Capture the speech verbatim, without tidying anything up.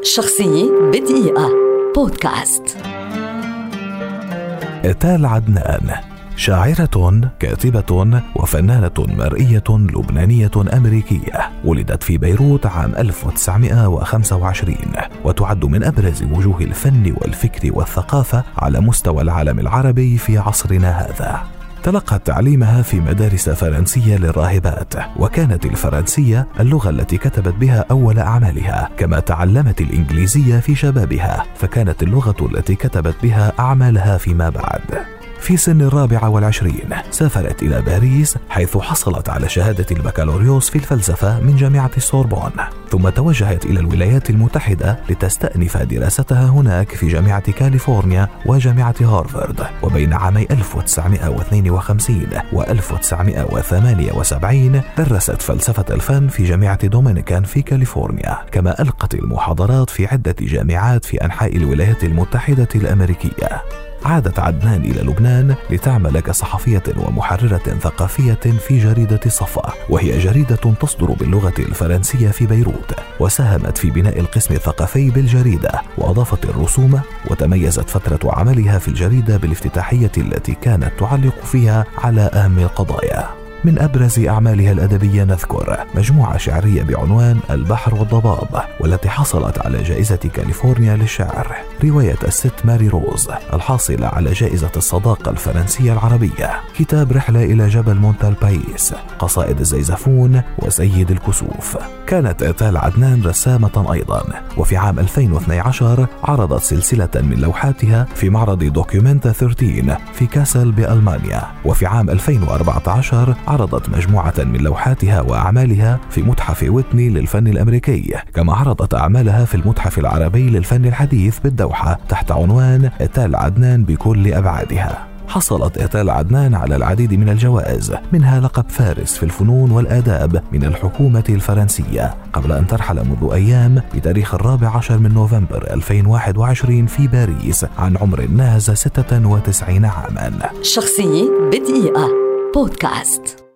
شخصية بدقيقة بودكاست. إيتال عدنان شاعرة، كاتبة، وفنانة مرئية لبنانية أمريكية. ولدت في بيروت عام ألف وتسعمائة وخمسة وعشرين، وتعد من أبرز وجوه الفن والفكر والثقافة على مستوى العالم العربي في عصرنا هذا. تلقت تعليمها في مدارس فرنسية للراهبات، وكانت الفرنسية اللغة التي كتبت بها أول أعمالها، كما تعلمت الإنجليزية في شبابها، فكانت اللغة التي كتبت بها أعمالها فيما بعد. في سن الرابعة والعشرين سافرت إلى باريس، حيث حصلت على شهادة البكالوريوس في الفلسفة من جامعة السوربون، ثم توجهت إلى الولايات المتحدة لتستأنف دراستها هناك في جامعة كاليفورنيا وجامعة هارفارد. وبين عامي ألف وتسعمائة واثنين وخمسين و ألف وتسعمائة وثمانية وسبعين درست فلسفة الفن في جامعة دومينيكان في كاليفورنيا، كما ألقت المحاضرات في عدة جامعات في أنحاء الولايات المتحدة الأمريكية. عادت عدنان إلى لبنان لتعمل كصحفية ومحررة ثقافية في جريدة صفا، وهي جريدة تصدر باللغة الفرنسية في بيروت، وساهمت في بناء القسم الثقافي بالجريدة وأضافت الرسوم. وتميزت فترة عملها في الجريدة بالافتتاحية التي كانت تعلق فيها على أهم القضايا. من أبرز أعمالها الأدبية نذكر مجموعة شعرية بعنوان البحر والضباب، والتي حصلت على جائزة كاليفورنيا للشعر، رواية الست ماري روز الحاصلة على جائزة الصداقة الفرنسية العربية، كتاب رحلة إلى جبل مونتا البايس، قصائد الزيزفون وسيد الكسوف. كانت إيتال عدنان رسامة أيضا، وفي عام ألفين واثني عشر عرضت سلسلة من لوحاتها في معرض دوكيومنتا ثلاثة عشر في كاسل بألمانيا. وفي عام ألفين وأربعة عشر عرضت مجموعة من لوحاتها وأعمالها في متحف ويتني للفن الأمريكي، كما عرضت أعمالها في المتحف العربي للفن الحديث بالدوحة تحت عنوان إيتال عدنان بكل أبعادها. حصلت إيتال عدنان على العديد من الجوائز، منها لقب فارس في الفنون والآداب من الحكومة الفرنسية، قبل أن ترحل منذ أيام بتاريخ الرابع عشر من نوفمبر ألفين وواحد وعشرين في باريس عن عمر ناهز ستة وتسعين عاما. شخصية بدقيقة بودكاست.